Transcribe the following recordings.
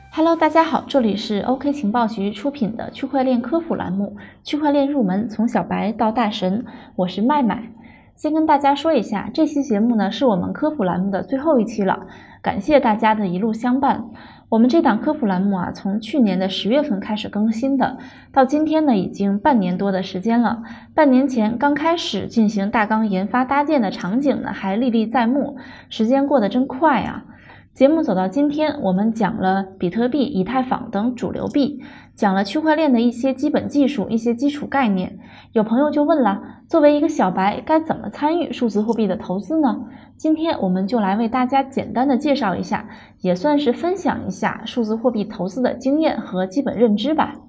Hello， 大家好，这里是 OK 情报局出品的区块链科普栏目，区块链入门从小白到大神，我是麦麦。先跟大家说一下，这期节目呢是我们科普栏目的最后一期了，感谢大家的一路相伴。我们这档科普栏目啊，从去年的10月份开始更新的，到今天呢已经半年多的时间了。半年前刚开始进行大纲研发搭建的场景呢，还历历在目，时间过得真快啊。节目走到今天，我们讲了比特币、以太坊等主流币，讲了区块链的一些基本技术、一些基础概念。有朋友就问了，作为一个小白，该怎么参与数字货币的投资呢？今天我们就来为大家简单的介绍一下，也算是分享一下数字货币投资的经验和基本认知吧。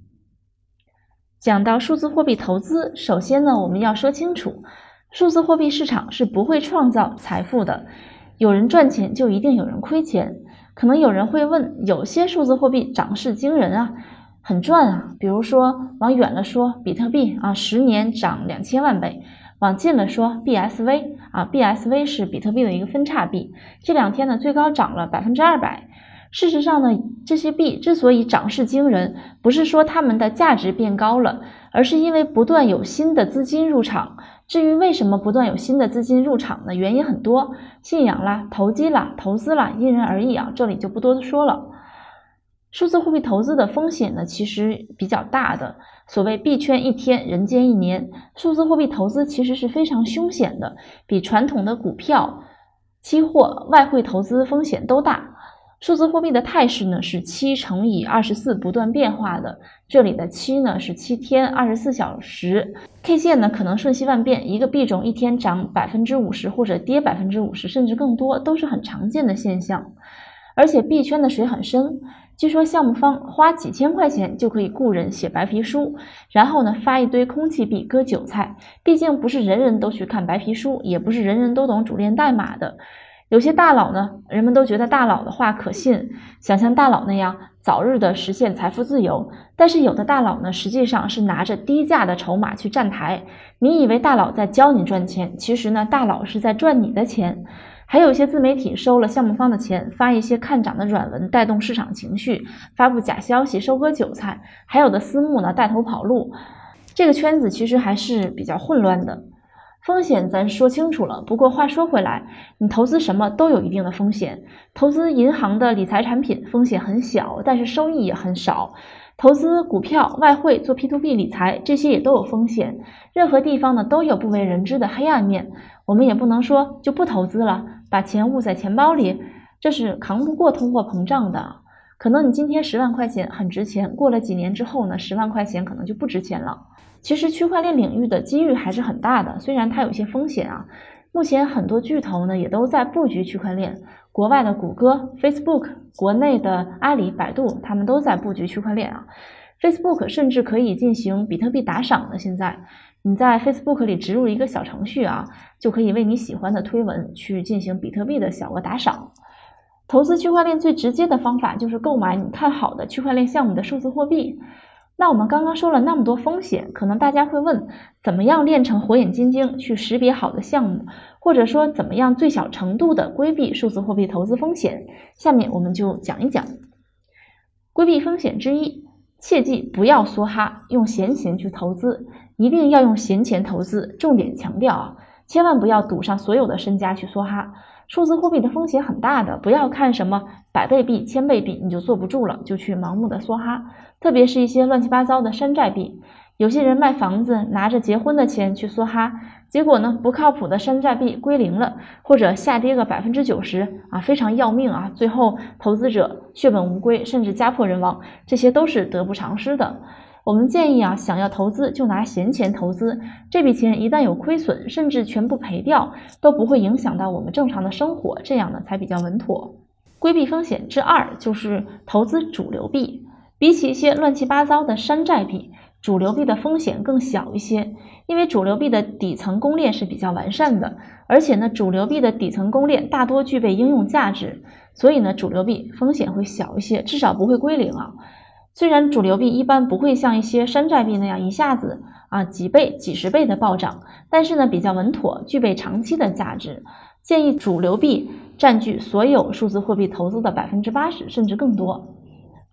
讲到数字货币投资，首先呢，我们要说清楚，数字货币市场是不会创造财富的。有人赚钱就一定有人亏钱，可能有人会问，有些数字货币涨势惊人啊，很赚啊，比如说往远了说比特币啊，10年涨2000万倍，往近了说 BSV 啊 ，BSV 是比特币的一个分叉币，这2天呢最高涨了200%。事实上呢，这些币之所以涨势惊人，不是说它们的价值变高了，而是因为不断有新的资金入场。至于为什么不断有新的资金入场呢？原因很多，信仰啦、投机啦、投资啦，因人而异啊，这里就不多说了。数字货币投资的风险呢，其实比较大的。所谓币圈1天，人间1年，数字货币投资其实是非常凶险的，比传统的股票、期货、外汇投资风险都大。数字货币的态势呢是7乘以24不断变化的，这里的7呢是7天24小时 ，K 线呢可能瞬息万变，一个币种1天涨50%或者跌50%甚至更多，都是很常见的现象。而且币圈的水很深，据说项目方花几千块钱就可以雇人写白皮书，然后呢发一堆空气币割韭菜，毕竟不是人人都去看白皮书，也不是人人都懂主链代码的。有些大佬呢，人们都觉得大佬的话可信，想像大佬那样早日的实现财富自由，但是有的大佬呢，实际上是拿着低价的筹码去站台，你以为大佬在教你赚钱，其实呢，大佬是在赚你的钱。还有一些自媒体收了项目方的钱，发一些看涨的软文，带动市场情绪，发布假消息，收割韭菜，还有的私募呢，带头跑路，这个圈子其实还是比较混乱的。风险咱说清楚了，不过话说回来，你投资什么都有一定的风险。投资银行的理财产品风险很小，但是收益也很少。投资股票、外汇、做 P2P 理财，这些也都有风险。任何地方呢都有不为人知的黑暗面，我们也不能说就不投资了，把钱捂在钱包里，这是扛不过通货膨胀的。可能你今天10万块钱很值钱，过了几年之后呢，10万块钱可能就不值钱了。其实区块链领域的机遇还是很大的，虽然它有些风险啊。目前很多巨头呢也都在布局区块链，国外的谷歌、Facebook， 国内的阿里、百度，他们都在布局区块链啊。Facebook 甚至可以进行比特币打赏的，现在你在 Facebook 里植入一个小程序啊，就可以为你喜欢的推文去进行比特币的小额打赏。投资区块链最直接的方法就是购买你看好的区块链项目的数字货币。那我们刚刚说了那么多风险，可能大家会问，怎么样练成火眼金睛去识别好的项目，或者说怎么样最小程度的规避数字货币投资风险？下面我们就讲一讲。规避风险之一，切记不要梭哈，用闲钱去投资，一定要用闲钱投资，重点强调啊，千万不要赌上所有的身家去梭哈。数字货币的风险很大的，不要看什么100倍币、1000倍币你就坐不住了，就去盲目的梭哈，特别是一些乱七八糟的山寨币。有些人卖房子拿着结婚的钱去梭哈，结果呢不靠谱的山寨币归零了，或者下跌个90%啊，非常要命啊，最后投资者血本无归，甚至家破人亡，这些都是得不偿失的。我们建议啊，想要投资就拿闲钱投资，这笔钱一旦有亏损，甚至全部赔掉，都不会影响到我们正常的生活，这样呢才比较稳妥。规避风险之2就是投资主流币，比起一些乱七八糟的山寨币，主流币的风险更小一些，因为主流币的底层公链是比较完善的，而且呢，主流币的底层公链大多具备应用价值，所以呢，主流币风险会小一些，至少不会归零啊。虽然主流币一般不会像一些山寨币那样一下子几倍、几十倍的暴涨，但是呢比较稳妥，具备长期的价值。建议主流币占据所有数字货币投资的80%甚至更多。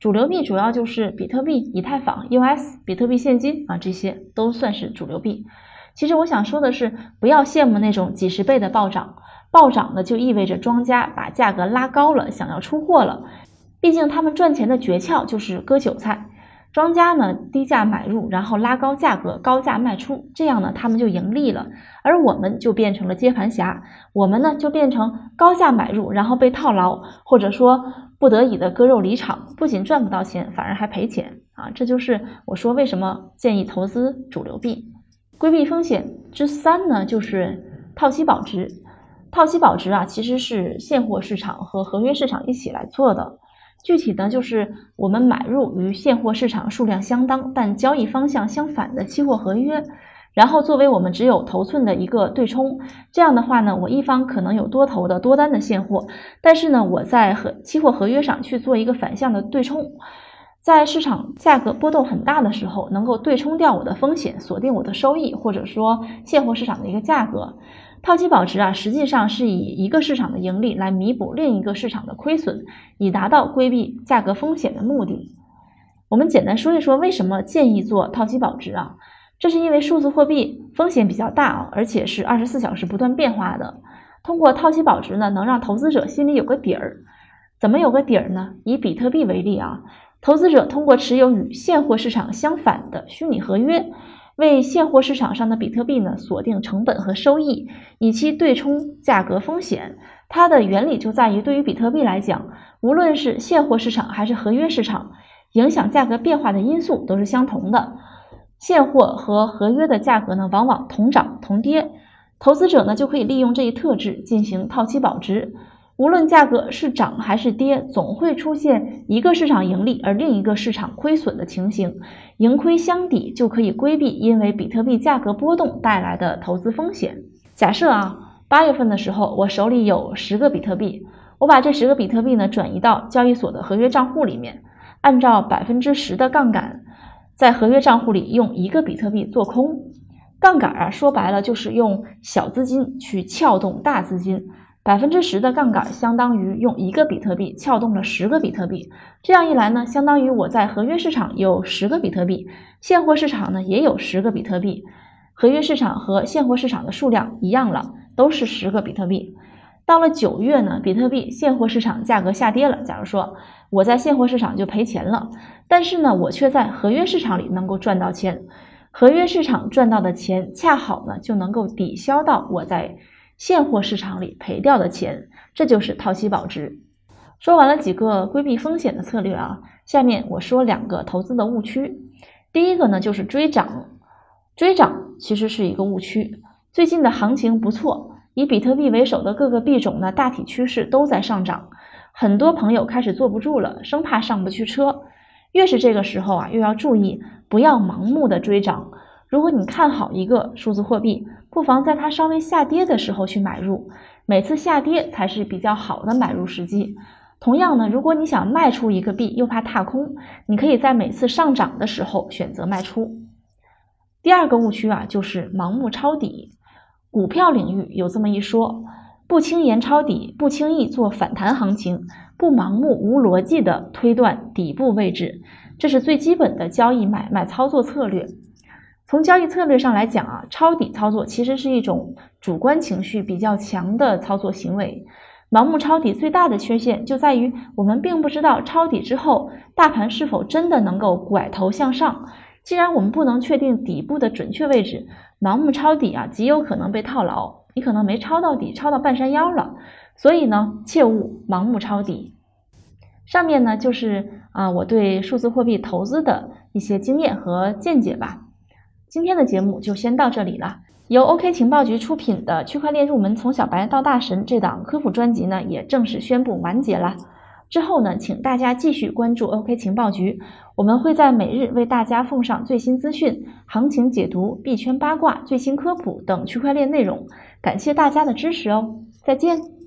主流币主要就是比特币、以太坊、US、比特币现金这些都算是主流币。其实我想说的是，不要羡慕那种几十倍的暴涨，暴涨呢就意味着庄家把价格拉高了，想要出货了。毕竟他们赚钱的诀窍就是割韭菜。庄家呢低价买入，然后拉高价格，高价卖出，这样呢他们就盈利了，而我们就变成了接盘侠，我们呢就变成高价买入，然后被套牢，或者说不得已的割肉离场，不仅赚不到钱，反而还赔钱这就是我说为什么建议投资主流币。规避风险之3呢，就是套期保值。套期保值其实是现货市场和合约市场一起来做的。具体呢，就是我们买入与现货市场数量相当但交易方向相反的期货合约，然后作为我们只有头寸的一个对冲。这样的话呢，我一方可能有多头的多单的现货，但是呢，我在期货合约上去做一个反向的对冲，在市场价格波动很大的时候，能够对冲掉我的风险，锁定我的收益，或者说现货市场的一个价格。套期保值实际上是以一个市场的盈利来弥补另一个市场的亏损，以达到规避价格风险的目的。我们简单说一说为什么建议做套期保值这是因为数字货币风险比较大而且是24小时不断变化的。通过套期保值呢，能让投资者心里有个底儿。怎么有个底儿呢？以比特币为例投资者通过持有与现货市场相反的虚拟合约，为现货市场上的比特币呢锁定成本和收益，以期对冲价格风险。它的原理就在于，对于比特币来讲，无论是现货市场还是合约市场，影响价格变化的因素都是相同的。现货和合约的价格呢往往同涨同跌，投资者呢就可以利用这一特质进行套期保值。无论价格是涨还是跌，总会出现一个市场盈利而另一个市场亏损的情形，盈亏相抵，就可以规避因为比特币价格波动带来的投资风险。假设8月份的时候，我手里有10个比特币，我把这10个比特币呢转移到交易所的合约账户里面，按照10%的杠杆，在合约账户里用1个比特币做空。杠杆说白了就是用小资金去撬动大资金。10%的杠杆相当于用1个比特币撬动了10个比特币，这样一来呢，相当于我在合约市场有10个比特币，现货市场呢也有10个比特币，合约市场和现货市场的数量一样了，都是10个比特币。到了9月呢，比特币现货市场价格下跌了，假如说我在现货市场就赔钱了，但是呢，我却在合约市场里能够赚到钱，合约市场赚到的钱恰好呢就能够抵消到我在现货市场里赔掉的钱，这就是套期保值。说完了几个规避风险的策略下面我说2个投资的误区。第一个呢就是追涨。追涨其实是一个误区。最近的行情不错，以比特币为首的各个币种呢大体趋势都在上涨，很多朋友开始坐不住了，生怕上不去车。越是这个时候越要注意，不要盲目的追涨。如果你看好一个数字货币，不妨在它稍微下跌的时候去买入，每次下跌才是比较好的买入时机。同样呢，如果你想卖出一个币又怕踏空，你可以在每次上涨的时候选择卖出。第二个误区就是盲目抄底。股票领域有这么一说，不轻言抄底，不轻易做反弹行情，不盲目无逻辑的推断底部位置，这是最基本的交易买卖操作策略。从交易策略上来讲抄底操作其实是一种主观情绪比较强的操作行为。盲目抄底最大的缺陷就在于我们并不知道抄底之后大盘是否真的能够拐头向上。既然我们不能确定底部的准确位置，盲目抄底极有可能被套牢，你可能没抄到底，抄到半山腰了。所以呢，切勿盲目抄底。上面呢就是我对数字货币投资的一些经验和见解吧。今天的节目就先到这里了。由 OK 情报局出品的区块链入门从小白到大神这档科普专辑呢，也正式宣布完结了。之后呢，请大家继续关注 OK 情报局，我们会在每日为大家奉上最新资讯、行情解读、币圈八卦、最新科普等区块链内容。感谢大家的支持哦，再见。